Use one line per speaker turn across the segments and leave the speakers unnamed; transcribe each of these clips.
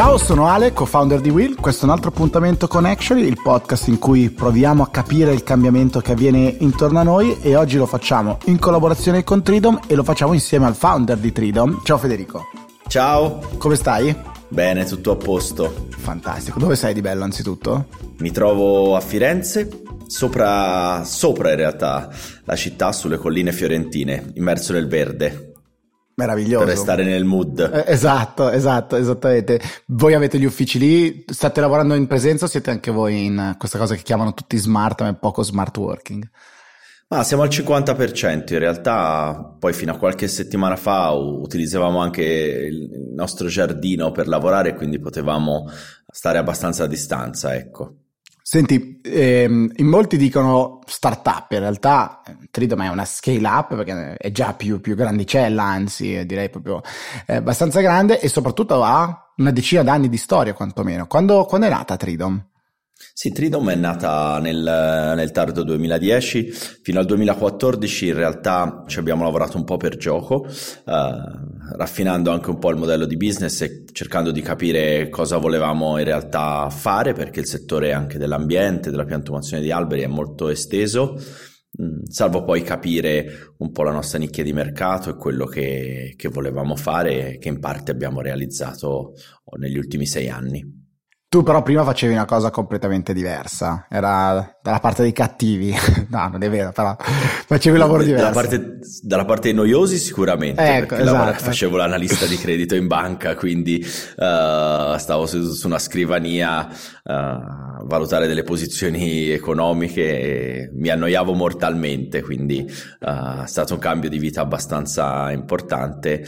Ciao, sono Ale, co-founder di Will. Questo è un altro appuntamento con Actually, il podcast in cui proviamo a capire il cambiamento che avviene intorno a noi, e oggi lo facciamo in collaborazione con Tridom e lo facciamo insieme al founder di Tridom. Ciao Federico.
Ciao.
Come stai?
Bene, tutto a posto.
Fantastico. Dove sei di bello anzitutto?
Mi trovo a Firenze, sopra in realtà la città, sulle colline fiorentine, immerso nel verde.
Meraviglioso.
Per restare nel mood.
Esattamente. Voi avete gli uffici lì, state lavorando in presenza o siete anche voi in questa cosa che chiamano tutti smart ma poco smart working?
Ma siamo al 50%, in realtà poi fino a qualche settimana fa utilizzavamo anche il nostro giardino per lavorare, quindi potevamo stare abbastanza a distanza, ecco.
Senti, in molti dicono startup, in realtà Tridom è una scale up perché è già più grandicella, anzi direi proprio abbastanza grande, e soprattutto ha una decina d'anni di storia quantomeno. Quando è nata Tridom?
Sì, Tridom è nata nel tardo 2010, fino al 2014 in realtà ci abbiamo lavorato un po' per gioco, raffinando anche un po' il modello di business e cercando di capire cosa volevamo in realtà fare, perché il settore anche dell'ambiente, della piantumazione di alberi è molto esteso, salvo poi capire un po' la nostra nicchia di mercato e quello che volevamo fare, che in parte abbiamo realizzato negli ultimi 6 anni.
Tu però prima facevi una cosa completamente diversa, era dalla parte dei cattivi, no, non è vero, però facevi un lavoro diverso.
Dalla parte dei noiosi sicuramente,
ecco,
perché
esatto.
Facevo l'analista di credito in banca, quindi stavo seduto su una scrivania a valutare delle posizioni economiche e mi annoiavo mortalmente, quindi è stato un cambio di vita abbastanza importante,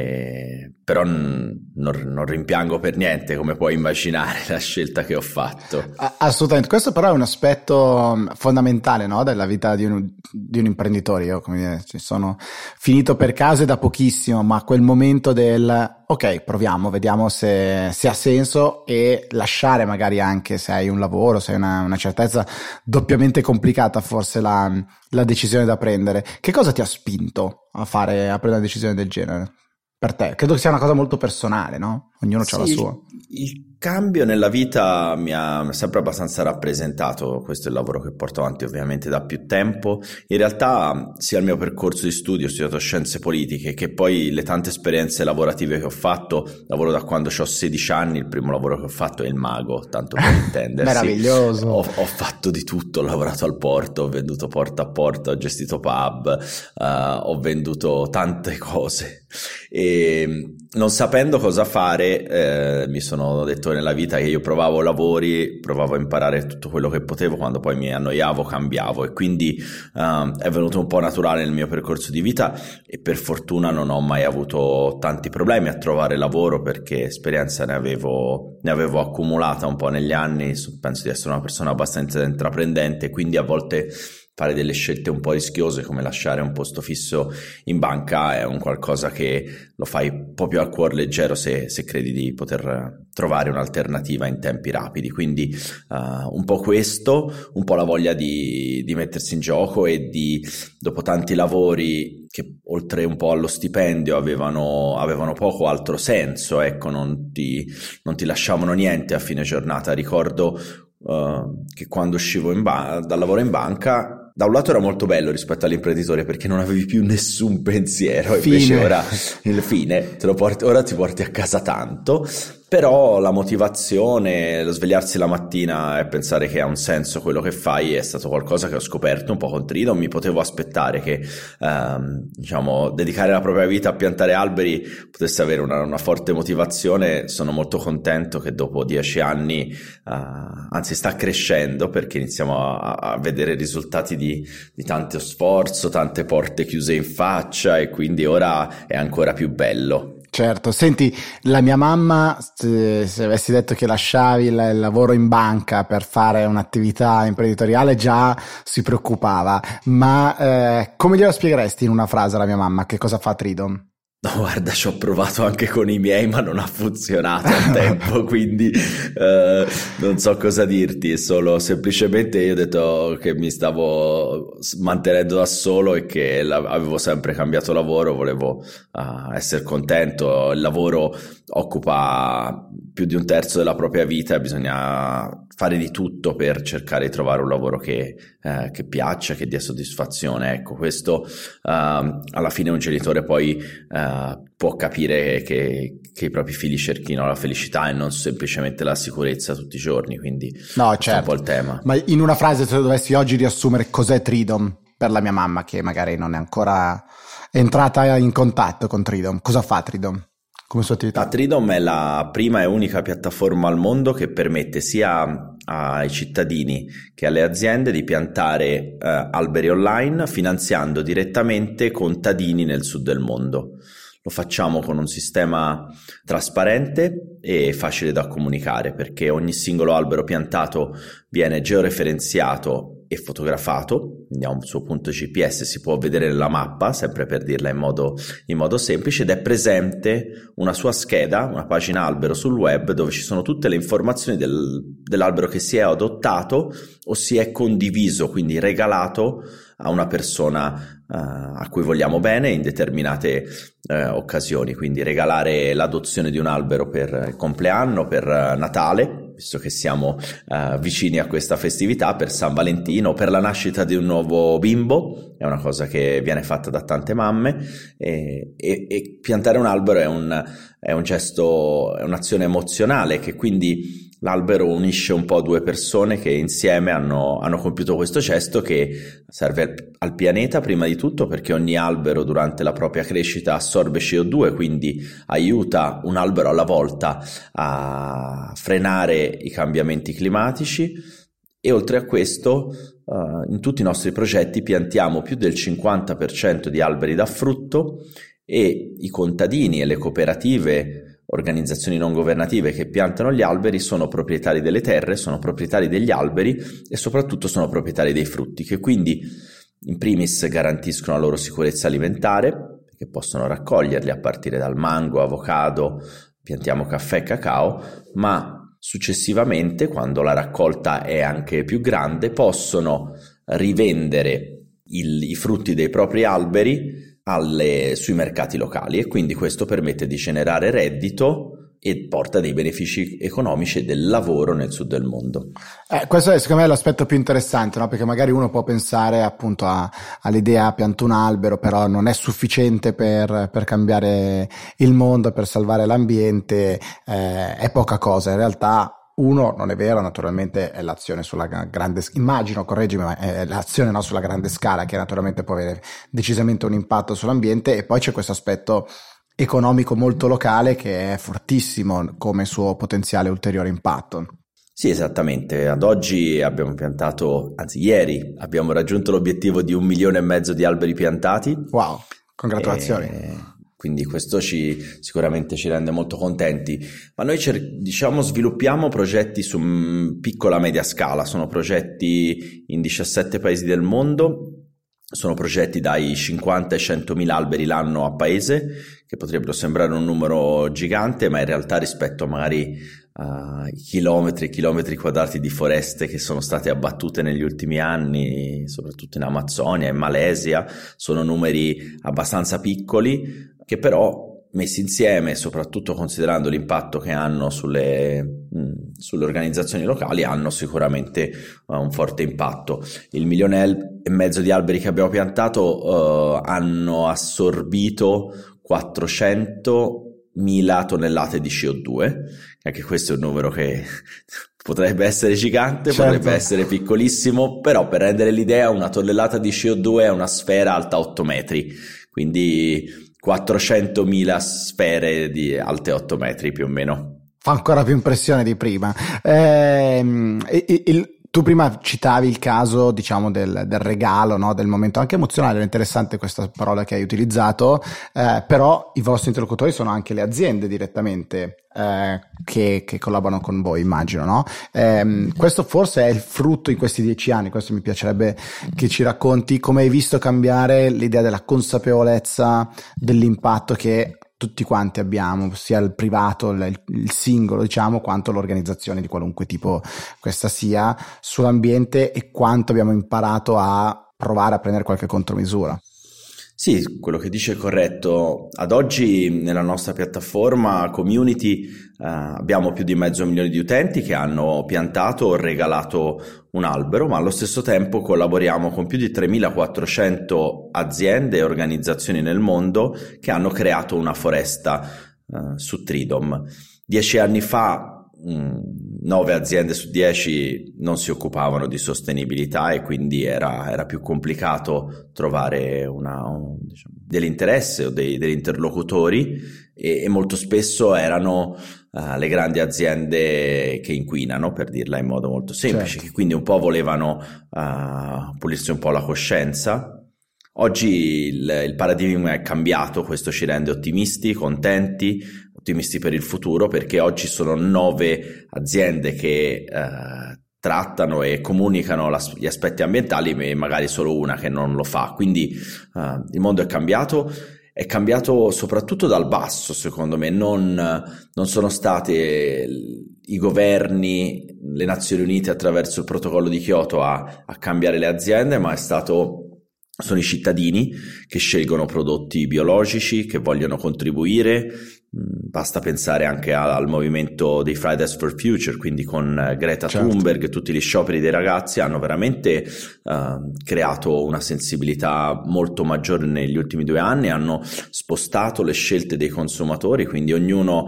però non rimpiango per niente, come puoi immaginare, la scelta che ho fatto.
Assolutamente, questo però è un aspetto fondamentale, no, della vita di un imprenditore. Io, come dire, ci sono finito per caso e da pochissimo, ma quel momento del ok, proviamo, vediamo se ha senso, e lasciare magari, anche se hai un lavoro, se hai una certezza, doppiamente complicata forse la decisione da prendere. Che cosa ti ha spinto a prendere una decisione del genere? Per te, credo che sia una cosa molto personale, no? Ognuno ha la sua.
Il cambio nella vita mi ha sempre abbastanza rappresentato. Questo è il lavoro che porto avanti ovviamente da più tempo. In realtà sia il mio percorso di studio, ho studiato scienze politiche, che poi le tante esperienze lavorative che ho fatto. Lavoro da quando ho 16 anni, il primo lavoro che ho fatto è il mago, tanto per intendersi.
Meraviglioso.
Ho fatto di tutto, ho lavorato al porto, ho venduto porta a porta, ho gestito pub, ho venduto tante cose, e non sapendo cosa fare mi sono detto nella vita che io provavo a imparare tutto quello che potevo, quando poi mi annoiavo cambiavo, e quindi è venuto un po' naturale nel mio percorso di vita, e per fortuna non ho mai avuto tanti problemi a trovare lavoro, perché esperienza ne avevo accumulata un po' negli anni. Penso di essere una persona abbastanza intraprendente, quindi a volte fare delle scelte un po' rischiose come lasciare un posto fisso in banca è un qualcosa che lo fai un po' più al cuor leggero se credi di poter trovare un'alternativa in tempi rapidi. Quindi un po' questo, un po' la voglia di mettersi in gioco, e dopo tanti lavori che oltre un po' allo stipendio avevano poco altro senso, ecco, non ti lasciavano niente a fine giornata. Ricordo che quando uscivo dal lavoro in banca, da un lato era molto bello rispetto all'imprenditore, perché non avevi più nessun pensiero, invece ora il fine ora ti porti a casa tanto. Però la motivazione, lo svegliarsi la mattina e pensare che ha un senso quello che fai è stato qualcosa che ho scoperto un po' con Tridom. Mi potevo aspettare che dedicare la propria vita a piantare alberi potesse avere una forte motivazione. Sono molto contento che dopo 10 anni, anzi sta crescendo, perché iniziamo a vedere risultati di tanto sforzo, tante porte chiuse in faccia, e quindi ora è ancora più bello.
Certo, senti, la mia mamma, se avessi detto che lasciavi il lavoro in banca per fare un'attività imprenditoriale, già si preoccupava, ma come glielo spiegheresti in una frase alla mia mamma che cosa fa Tridom?
No, guarda, ci ho provato anche con i miei, ma non ha funzionato al tempo, quindi non so cosa dirti, solo semplicemente io ho detto che mi stavo mantenendo da solo e che avevo sempre cambiato lavoro, volevo essere contento. Il lavoro occupa più di un terzo della propria vita e bisogna fare di tutto per cercare di trovare un lavoro che piaccia, che dia soddisfazione. Ecco, questo alla fine un genitore poi può capire che i propri figli cerchino la felicità e non semplicemente la sicurezza tutti i giorni, quindi
no,
certo. È un po' il tema.
Ma in una frase, se dovessi oggi riassumere cos'è Tridom per la mia mamma, che magari non è ancora entrata in contatto con Tridom, cosa fa Tridom come sua attività?
Tridom è la prima e unica piattaforma al mondo che permette sia ai cittadini che alle aziende di piantare alberi online finanziando direttamente contadini nel sud del mondo. Lo facciamo con un sistema trasparente e facile da comunicare, perché ogni singolo albero piantato viene georeferenziato e fotografato, quindi ha un suo punto GPS, si può vedere nella mappa, sempre per dirla in modo semplice, ed è presente una sua scheda, una pagina albero sul web dove ci sono tutte le informazioni dell'albero che si è adottato o si è condiviso, quindi regalato a una persona a cui vogliamo bene in determinate occasioni, quindi regalare l'adozione di un albero per il compleanno, per Natale, visto che siamo vicini a questa festività, per San Valentino, per la nascita di un nuovo bimbo, è una cosa che viene fatta da tante mamme, e piantare un albero è un gesto, è un'azione emozionale che quindi l'albero unisce un po' due persone che insieme hanno compiuto questo gesto che serve al pianeta prima di tutto, perché ogni albero durante la propria crescita assorbe CO2, quindi aiuta un albero alla volta a frenare i cambiamenti climatici. E oltre a questo in tutti i nostri progetti piantiamo più del 50% di alberi da frutto, e i contadini e le cooperative, organizzazioni non governative che piantano gli alberi, sono proprietari delle terre, sono proprietari degli alberi e soprattutto sono proprietari dei frutti, che quindi in primis garantiscono la loro sicurezza alimentare, perché possono raccoglierli a partire dal mango, avocado, piantiamo caffè e cacao, ma successivamente, quando la raccolta è anche più grande, possono rivendere i frutti dei propri alberi sui mercati locali, e quindi questo permette di generare reddito e porta dei benefici economici del lavoro nel sud del mondo.
Questo è secondo me l'aspetto più interessante, no? Perché magari uno può pensare appunto all'idea pianto un albero, però non è sufficiente per cambiare il mondo, per salvare l'ambiente, è poca cosa. In realtà uno, non è vero, naturalmente è l'azione sulla grande, immagino, correggimi, ma è l'azione, no, sulla grande scala, che naturalmente può avere decisamente un impatto sull'ambiente, e poi c'è questo aspetto economico molto locale che è fortissimo come suo potenziale ulteriore impatto.
Sì, esattamente. Ad oggi abbiamo piantato, anzi ieri abbiamo raggiunto l'obiettivo di 1,5 milioni di alberi piantati.
Wow, congratulazioni.
Quindi questo sicuramente ci rende molto contenti, ma noi sviluppiamo progetti su piccola media scala, sono progetti in 17 paesi del mondo, sono progetti dai 50 ai 100.000 alberi l'anno a paese, che potrebbero sembrare un numero gigante, ma in realtà rispetto magari ai chilometri e chilometri quadrati di foreste che sono state abbattute negli ultimi anni, soprattutto in Amazzonia e in Malesia, sono numeri abbastanza piccoli, che però messi insieme, soprattutto considerando l'impatto che hanno sulle organizzazioni locali, hanno sicuramente un forte impatto. 1,5 milioni di alberi che abbiamo piantato hanno assorbito 400.000 tonnellate di CO2, anche questo è un numero che potrebbe essere gigante, certo. Potrebbe essere piccolissimo, però per rendere l'idea, una tonnellata di CO2 è una sfera alta 8 metri, quindi 400.000 sfere di alte 8 metri più o meno.
Fa ancora più impressione di prima. Tu prima citavi il caso, diciamo, del regalo, no? Del momento anche emozionale, è interessante questa parola che hai utilizzato, però i vostri interlocutori sono anche le aziende direttamente che collaborano con voi, immagino, no? Questo forse è il frutto in questi 10 anni, questo mi piacerebbe che ci racconti come hai visto cambiare l'idea della consapevolezza dell'impatto che tutti quanti abbiamo, sia il privato, il singolo, diciamo, quanto l'organizzazione di qualunque tipo questa sia, sull'ambiente, e quanto abbiamo imparato a provare a prendere qualche contromisura.
Sì, quello che dice è corretto. Ad oggi nella nostra piattaforma community abbiamo più di 500.000 di utenti che hanno piantato o regalato un albero, ma allo stesso tempo collaboriamo con più di 3.400 aziende e organizzazioni nel mondo che hanno creato una foresta su Tridom. 10 anni fa 9 aziende su 10 non si occupavano di sostenibilità, e quindi era più complicato trovare diciamo, dell'interesse o degli interlocutori, e molto spesso erano le grandi aziende che inquinano, per dirla in modo molto semplice, certo, che quindi un po' volevano pulirsi un po' la coscienza. Oggi il paradigma è cambiato, questo ci rende ottimisti, contenti, ottimisti per il futuro, perché oggi sono 9 aziende che trattano e comunicano gli aspetti ambientali, e magari solo una che non lo fa. Quindi il mondo è cambiato soprattutto dal basso, secondo me. Non sono state i governi, le Nazioni Unite attraverso il protocollo di Kyoto a cambiare le aziende, ma sono i cittadini che scelgono prodotti biologici, che vogliono contribuire. Basta pensare anche al movimento dei Fridays for Future, quindi con Greta Thunberg, tutti gli scioperi dei ragazzi hanno veramente creato una sensibilità molto maggiore negli ultimi 2 anni, hanno spostato le scelte dei consumatori, quindi ognuno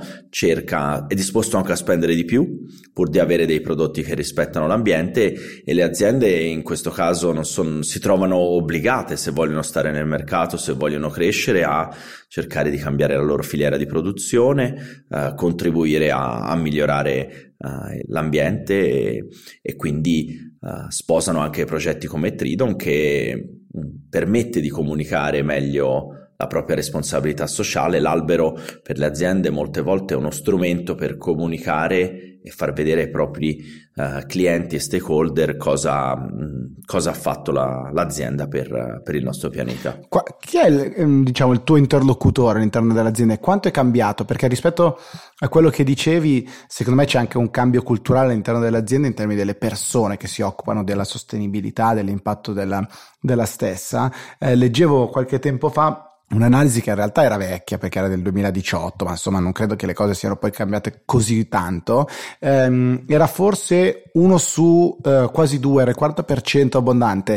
è disposto anche a spendere di più pur di avere dei prodotti che rispettano l'ambiente, e le aziende in questo caso si trovano obbligate, se vogliono stare nel mercato, se vogliono crescere, a cercare di cambiare la loro filiera di produzione, contribuire a migliorare l'ambiente, e quindi sposano anche progetti come Tridom, che permette di comunicare meglio la propria responsabilità sociale. L'albero per le aziende molte volte è uno strumento per comunicare e far vedere ai propri clienti e stakeholder cosa ha fatto l'azienda per il nostro pianeta.
Chi è il tuo interlocutore all'interno dell'azienda? Quanto è cambiato? Perché rispetto a quello che dicevi, secondo me c'è anche un cambio culturale all'interno dell'azienda in termini delle persone che si occupano della sostenibilità, dell'impatto della stessa. Leggevo qualche tempo fa un'analisi che in realtà era vecchia perché era del 2018, ma insomma non credo che le cose siano poi cambiate così tanto. Era forse 1 su quasi 2, era il 40% abbondante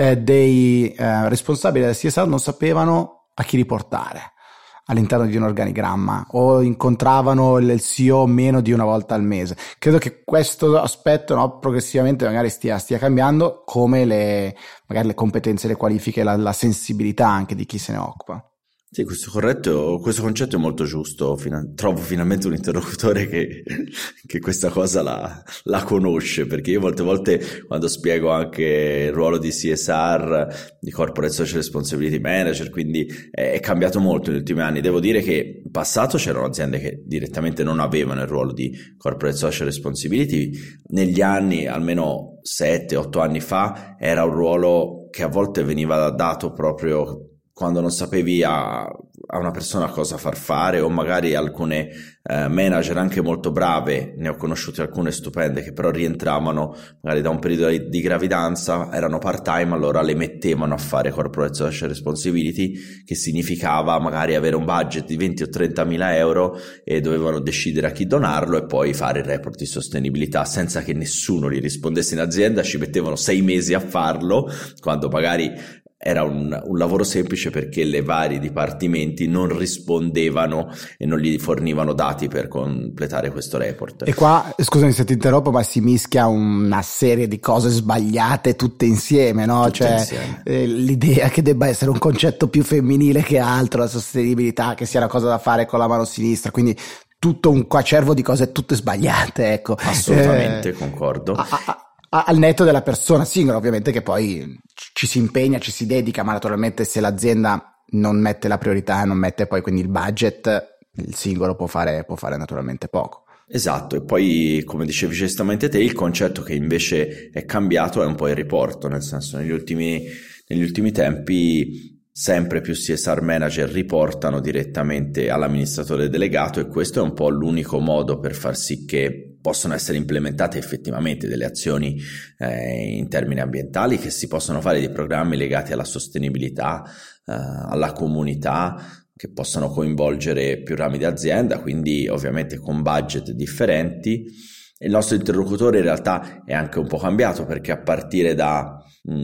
dei responsabili del CSR non sapevano a chi riportare all'interno di un organigramma, o incontravano il CEO meno di una volta al mese. Credo che questo aspetto, no, progressivamente magari stia cambiando, come magari le competenze, le qualifiche, la sensibilità anche di chi se ne occupa.
Sì, questo concetto è molto giusto. Trovo finalmente un interlocutore che questa cosa la conosce, perché io molte volte quando spiego anche il ruolo di CSR, di Corporate Social Responsibility Manager, quindi è cambiato molto negli ultimi anni. Devo dire che in passato c'erano aziende che direttamente non avevano il ruolo di Corporate Social Responsibility. Negli anni, almeno 7-8 anni fa, era un ruolo che a volte veniva dato proprio quando non sapevi a una persona cosa far fare, o magari alcune manager anche molto brave, ne ho conosciute alcune stupende, che però rientravano magari da un periodo di gravidanza, erano part-time, allora le mettevano a fare Corporate Social Responsibility, che significava magari avere un budget di 20 o 30 mila euro e dovevano decidere a chi donarlo e poi fare il report di sostenibilità senza che nessuno gli rispondesse in azienda. Ci mettevano 6 mesi a farlo, quando magari era un lavoro semplice, perché le vari dipartimenti non rispondevano e non gli fornivano dati per completare questo report.
E qua, scusami se ti interrompo, ma si mischia una serie di cose sbagliate tutte insieme, no? Insieme. L'idea che debba essere un concetto più femminile che altro, la sostenibilità, che sia una cosa da fare con la mano sinistra, quindi tutto un coacervo di cose tutte sbagliate, ecco.
Assolutamente, concordo.
al netto della persona singola, ovviamente, che poi ci si impegna, ci si dedica, ma naturalmente se l'azienda non mette la priorità, non mette poi quindi il budget, il singolo può fare naturalmente poco.
Esatto, e poi come dicevi giustamente te, il concetto che invece è cambiato è un po' il riporto, nel senso negli ultimi tempi sempre più CSR manager riportano direttamente all'amministratore delegato, e questo è un po' l'unico modo per far sì che possano essere implementate effettivamente delle azioni in termini ambientali, che si possono fare dei programmi legati alla sostenibilità, alla comunità, che possono coinvolgere più rami di azienda, quindi ovviamente con budget differenti. Il nostro interlocutore in realtà è anche un po' cambiato, perché a partire da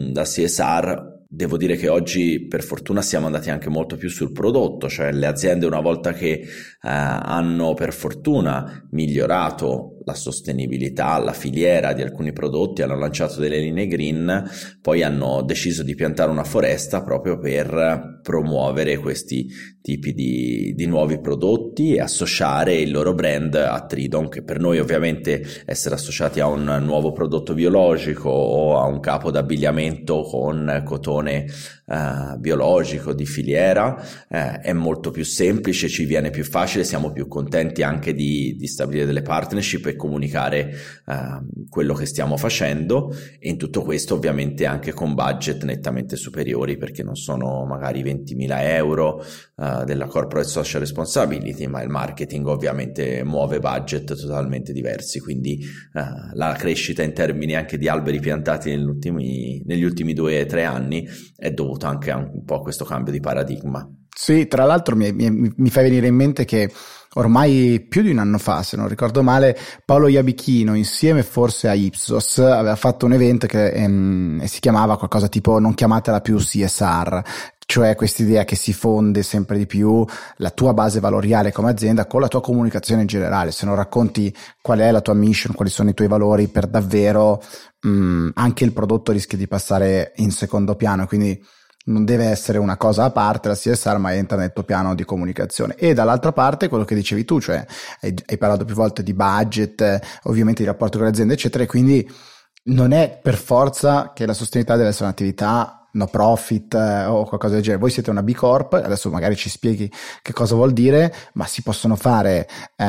CSR devo dire che oggi per fortuna siamo andati anche molto più sul prodotto, cioè le aziende una volta che hanno per fortuna migliorato la sostenibilità, la filiera di alcuni prodotti, hanno lanciato delle linee green, poi hanno deciso di piantare una foresta proprio per promuovere questi tipi di nuovi prodotti e associare il loro brand a Tridom, che per noi ovviamente essere associati a un nuovo prodotto biologico o a un capo d'abbigliamento con cotone biologico di filiera è molto più semplice, ci viene più facile, siamo più contenti anche di stabilire delle partnership e comunicare quello che stiamo facendo, e in tutto questo ovviamente anche con budget nettamente superiori, perché non sono magari 20.000 euro della corporate social responsibility, ma il marketing ovviamente muove budget totalmente diversi, quindi la crescita in termini anche di alberi piantati negli ultimi 2 o 3 anni è dovuta anche a un po' a questo cambio di paradigma.
Sì, tra l'altro mi fa venire in mente che ormai più di un anno fa, se non ricordo male, Paolo Iabichino insieme forse a Ipsos aveva fatto un evento che si chiamava qualcosa tipo "non chiamatela più CSR", cioè quest'idea che si fonde sempre di più la tua base valoriale come azienda con la tua comunicazione in generale. Se non racconti qual è la tua mission, quali sono i tuoi valori, per davvero anche il prodotto rischia di passare in secondo piano, quindi non deve essere una cosa a parte la CSR, ma entra nel tuo piano di comunicazione. E dall'altra parte quello che dicevi tu, cioè hai parlato più volte di budget, ovviamente di rapporto con le aziende eccetera, e quindi non è per forza che la sostenibilità deve essere un'attività no profit o qualcosa del genere. Voi siete una B Corp, adesso magari ci spieghi che cosa vuol dire, ma si possono fare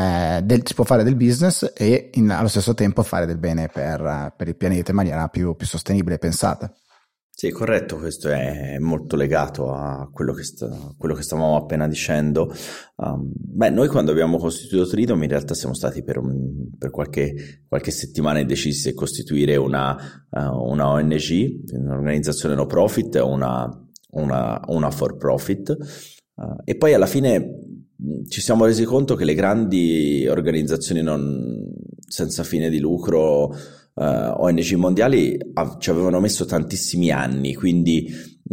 si può fare del business e allo stesso tempo fare del bene per il pianeta in maniera più sostenibile e pensata.
Sì, corretto, questo è molto legato a quello che stavamo appena dicendo. Noi quando abbiamo costituito Tridom in realtà siamo stati per qualche settimana indecisi se costituire una ONG, un'organizzazione no profit o una for profit, e poi alla fine ci siamo resi conto che le grandi organizzazioni senza fine di lucro, ONG mondiali, ci avevano messo tantissimi anni, quindi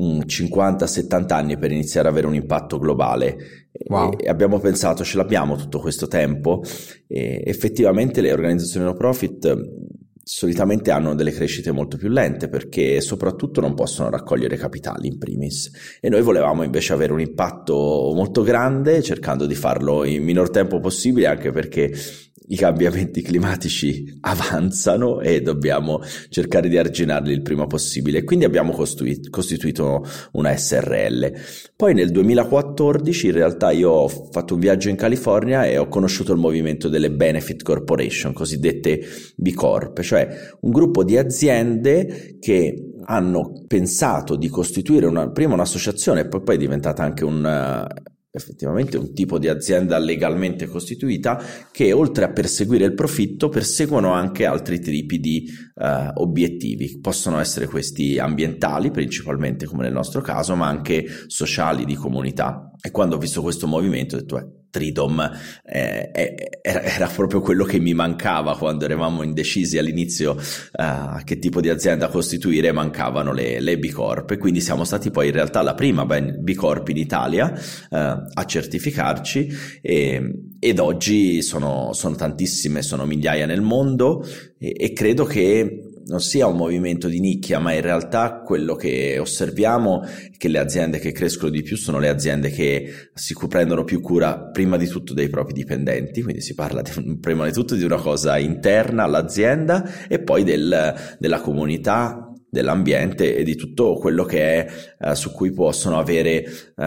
50-70 anni per iniziare ad avere un impatto globale. Wow. E abbiamo pensato, ce l'abbiamo tutto questo tempo? E effettivamente le organizzazioni no profit solitamente hanno delle crescite molto più lente, perché soprattutto non possono raccogliere capitali in primis, e noi volevamo invece avere un impatto molto grande, cercando di farlo in minor tempo possibile, anche perché i cambiamenti climatici avanzano e dobbiamo cercare di arginarli il prima possibile. Quindi abbiamo costituito una SRL. Poi nel 2014 in realtà io ho fatto un viaggio in California e ho conosciuto il movimento delle Benefit Corporation, cosiddette B Corp, cioè un gruppo di aziende che hanno pensato di costituire prima un'associazione e poi è diventata anche effettivamente un tipo di azienda legalmente costituita, che oltre a perseguire il profitto perseguono anche altri tipi di obiettivi. Possono essere questi ambientali principalmente, come nel nostro caso, ma anche sociali, di comunità. E quando ho visto questo movimento ho detto Tridom era proprio quello che mi mancava quando eravamo indecisi all'inizio che tipo di azienda costituire. Mancavano le B Corp, e quindi siamo stati poi in realtà la prima B Corp in Italia a certificarci, ed oggi sono tantissime, sono migliaia nel mondo, e credo che non sia un movimento di nicchia, ma in realtà quello che osserviamo è che le aziende che crescono di più sono le aziende che si prendono più cura prima di tutto dei propri dipendenti, quindi si parla prima di tutto di una cosa interna all'azienda e poi della comunità, dell'ambiente e di tutto quello che è su cui possono avere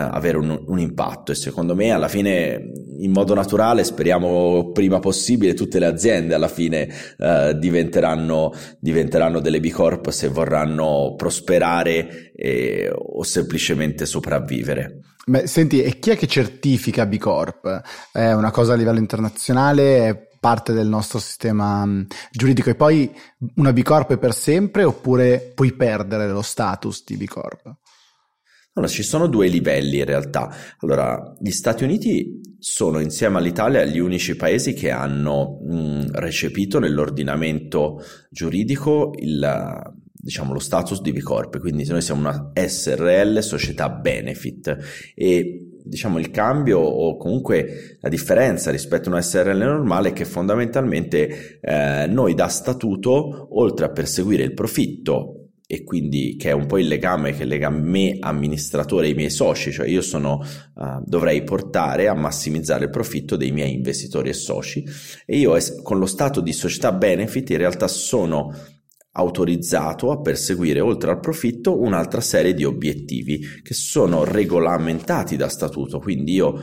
un impatto. E secondo me alla fine, in modo naturale, speriamo prima possibile, tutte le aziende alla fine diventeranno delle B Corp se vorranno prosperare o semplicemente sopravvivere.
Beh, senti, e chi è che certifica B Corp? È una cosa a livello internazionale? È parte del nostro sistema giuridico? E poi una B Corp è per sempre oppure puoi perdere lo status di B Corp?
Allora, ci sono due livelli in realtà. Allora, gli Stati Uniti sono insieme all'Italia gli unici paesi che hanno recepito nell'ordinamento giuridico lo status di B Corp, quindi noi siamo una SRL, società benefit, e diciamo il cambio o comunque la differenza rispetto a una SRL normale è che fondamentalmente noi da statuto, oltre a perseguire il profitto, e quindi che è un po' il legame che lega me amministratore e i miei soci, cioè io dovrei portare a massimizzare il profitto dei miei investitori e soci, e io con lo stato di società benefit in realtà sono autorizzato a perseguire oltre al profitto un'altra serie di obiettivi che sono regolamentati da statuto, quindi io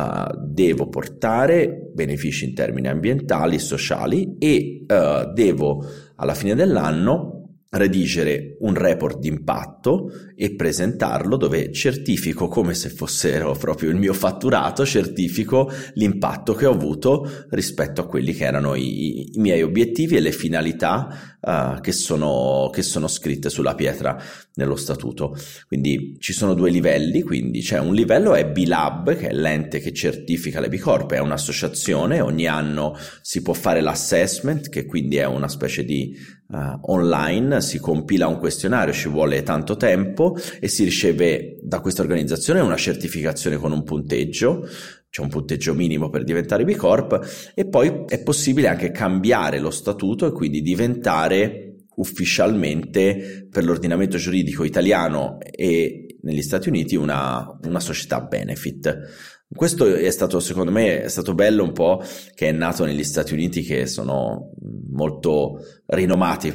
devo portare benefici in termini ambientali, sociali e devo alla fine dell'anno redigere un report di impatto e presentarlo, dove certifico, come se fossero proprio il mio fatturato, certifico l'impatto che ho avuto rispetto a quelli che erano i miei obiettivi e le finalità che sono scritte sulla pietra nello statuto. Quindi ci sono due livelli, quindi c'è un livello è B-Lab, che è l'ente che certifica le B Corp, è un'associazione, ogni anno si può fare l'assessment, che quindi è una specie di online, si compila un questionario, ci vuole tanto tempo e si riceve da questa organizzazione una certificazione con un punteggio, c'è un punteggio minimo per diventare B Corp, e poi è possibile anche cambiare lo statuto e quindi diventare ufficialmente, per l'ordinamento giuridico italiano e negli Stati Uniti, una società benefit. Questo è stato, secondo me, è stato bello un po' che è nato negli Stati Uniti, che sono molto rinomati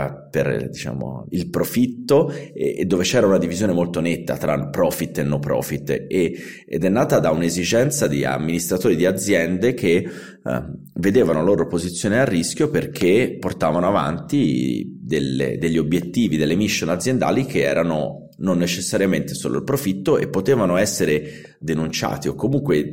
per diciamo il profitto, e dove c'era una divisione molto netta tra profit e no profit, ed è nata da un'esigenza di amministratori di aziende che vedevano la loro posizione a rischio perché portavano avanti degli obiettivi, delle mission aziendali che erano non necessariamente solo il profitto e potevano essere denunciati o comunque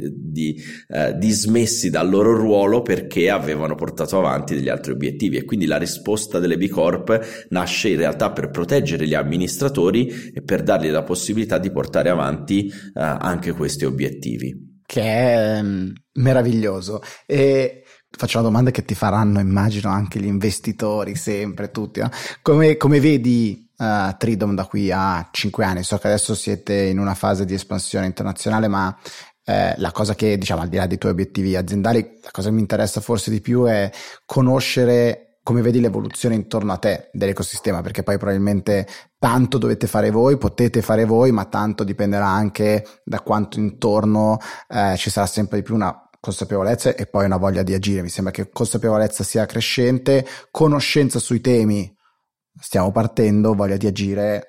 dismessi dal loro ruolo perché avevano portato avanti degli altri obiettivi. E quindi la risposta delle B Corp nasce in realtà per proteggere gli amministratori e per dargli la possibilità di portare avanti anche questi obiettivi.
Che è meraviglioso. E faccio una domanda che ti faranno, immagino, anche gli investitori, sempre, tutti, no? Come vedi Tridom da qui a 5 anni? So che adesso siete in una fase di espansione internazionale, ma la cosa che, diciamo, al di là dei tuoi obiettivi aziendali, la cosa che mi interessa forse di più è conoscere come vedi l'evoluzione intorno a te dell'ecosistema, perché poi probabilmente tanto dovete fare voi, potete fare voi, ma tanto dipenderà anche da quanto intorno ci sarà sempre di più una consapevolezza e poi una voglia di agire. Mi sembra che consapevolezza sia crescente, conoscenza sui temi, stiamo partendo, voglia di agire,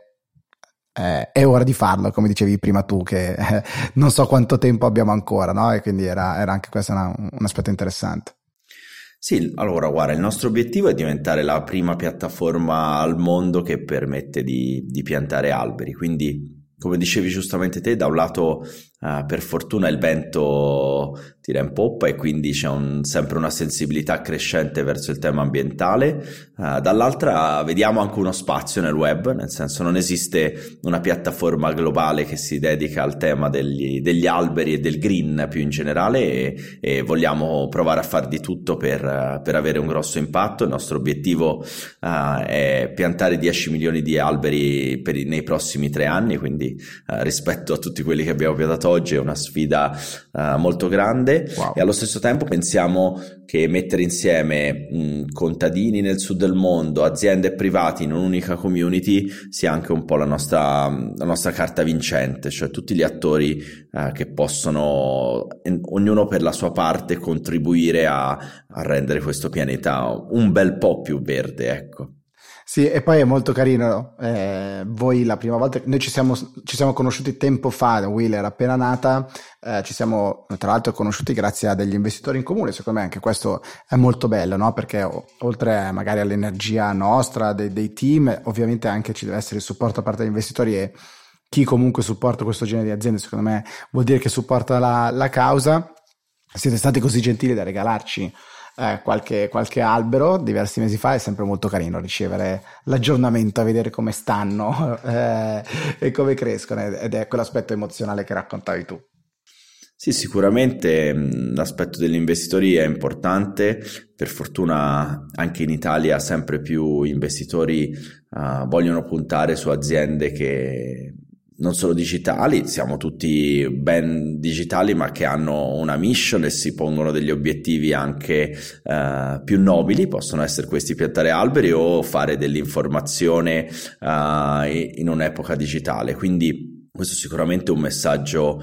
è ora di farlo, come dicevi prima tu, che non so quanto tempo abbiamo ancora, no? E quindi era anche questo un aspetto interessante.
Sì, allora guarda, il nostro obiettivo è diventare la prima piattaforma al mondo che permette di piantare alberi, quindi come dicevi giustamente te, da un lato per fortuna il vento tira in poppa e quindi c'è sempre una sensibilità crescente verso il tema ambientale, dall'altra vediamo anche uno spazio nel web, nel senso non esiste una piattaforma globale che si dedica al tema degli alberi e del green più in generale, e vogliamo provare a far di tutto per avere un grosso impatto. Il nostro obiettivo è piantare 10 milioni di alberi nei prossimi 3 anni, quindi rispetto a tutti quelli che abbiamo piantato oggi è una sfida molto grande.
Wow.
E allo stesso tempo pensiamo che mettere insieme contadini nel sud del mondo, aziende e privati in un'unica community sia anche un po' la nostra carta vincente, cioè tutti gli attori che possono, ognuno per la sua parte, contribuire a rendere questo pianeta un bel po' più verde, ecco.
Sì, e poi è molto carino, voi la prima volta, noi ci siamo conosciuti tempo fa, Will era appena nata, ci siamo tra l'altro conosciuti grazie a degli investitori in comune. Secondo me anche questo è molto bello, no? Perché oltre magari all'energia nostra, dei team, ovviamente anche ci deve essere il supporto da parte degli investitori, e chi comunque supporta questo genere di aziende secondo me vuol dire che supporta la causa. Siete stati così gentili da regalarci qualche albero diversi mesi fa. È sempre molto carino ricevere l'aggiornamento, a vedere come stanno e come crescono, ed è quell'aspetto emozionale che raccontavi tu.
Sì, sicuramente l'aspetto degli investitori è importante. Per fortuna anche in Italia sempre più investitori vogliono puntare su aziende che non solo digitali, siamo tutti ben digitali, ma che hanno una mission e si pongono degli obiettivi anche più nobili. Possono essere questi piantare alberi o fare dell'informazione in un'epoca digitale. Quindi questo è sicuramente un messaggio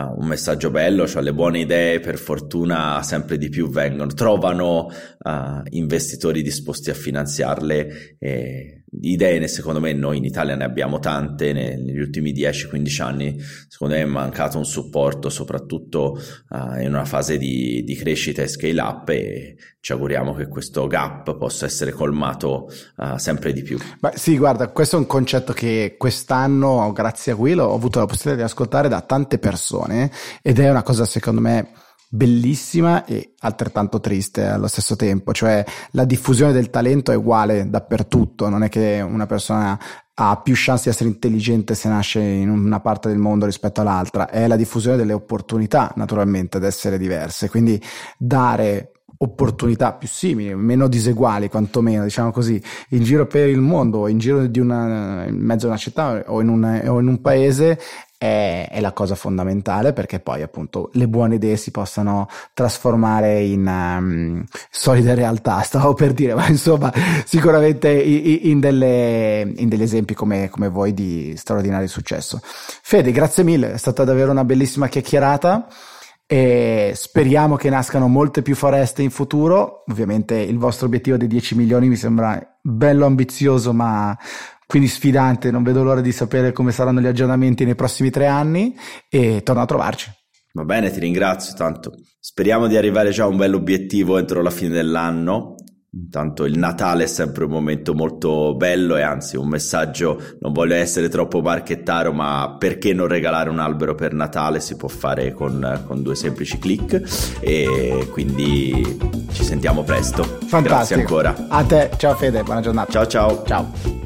bello, cioè le buone idee per fortuna sempre di più trovano investitori disposti a finanziarle. Idee, secondo me, noi in Italia ne abbiamo tante. Negli ultimi 10-15 anni secondo me è mancato un supporto, soprattutto in una fase di crescita e scale up, e ci auguriamo che questo gap possa essere colmato sempre di più.
Ma sì, guarda, questo è un concetto che quest'anno, grazie a Will, ho avuto la possibilità di ascoltare da tante persone, ed è una cosa secondo me bellissima e altrettanto triste allo stesso tempo. Cioè la diffusione del talento è uguale dappertutto, non è che una persona ha più chance di essere intelligente se nasce in una parte del mondo rispetto all'altra, è la diffusione delle opportunità naturalmente ad essere diverse, quindi dare opportunità più simili, meno diseguali quantomeno, diciamo così, in giro per il mondo, in giro in mezzo a una città o in un paese, è la cosa fondamentale, perché poi appunto le buone idee si possano trasformare in solide realtà, stavo per dire, ma insomma sicuramente in degli esempi come voi di straordinario successo. Fede, grazie mille, è stata davvero una bellissima chiacchierata e speriamo che nascano molte più foreste in futuro. Ovviamente il vostro obiettivo dei 10 milioni mi sembra bello ambizioso, ma quindi sfidante. Non vedo l'ora di sapere come saranno gli aggiornamenti nei prossimi 3 anni, e torno a trovarci.
Va bene, ti ringrazio tanto. Speriamo di arrivare già a un bell'obiettivo entro la fine dell'anno. Intanto il Natale è sempre un momento molto bello, e anzi un messaggio, non voglio essere troppo marchettaro, ma perché non regalare un albero per Natale? Si può fare con 2 semplici click, e quindi ci sentiamo presto.
Fantastico.
Grazie ancora.
A te, ciao Fede, buona giornata.
Ciao ciao.
Ciao.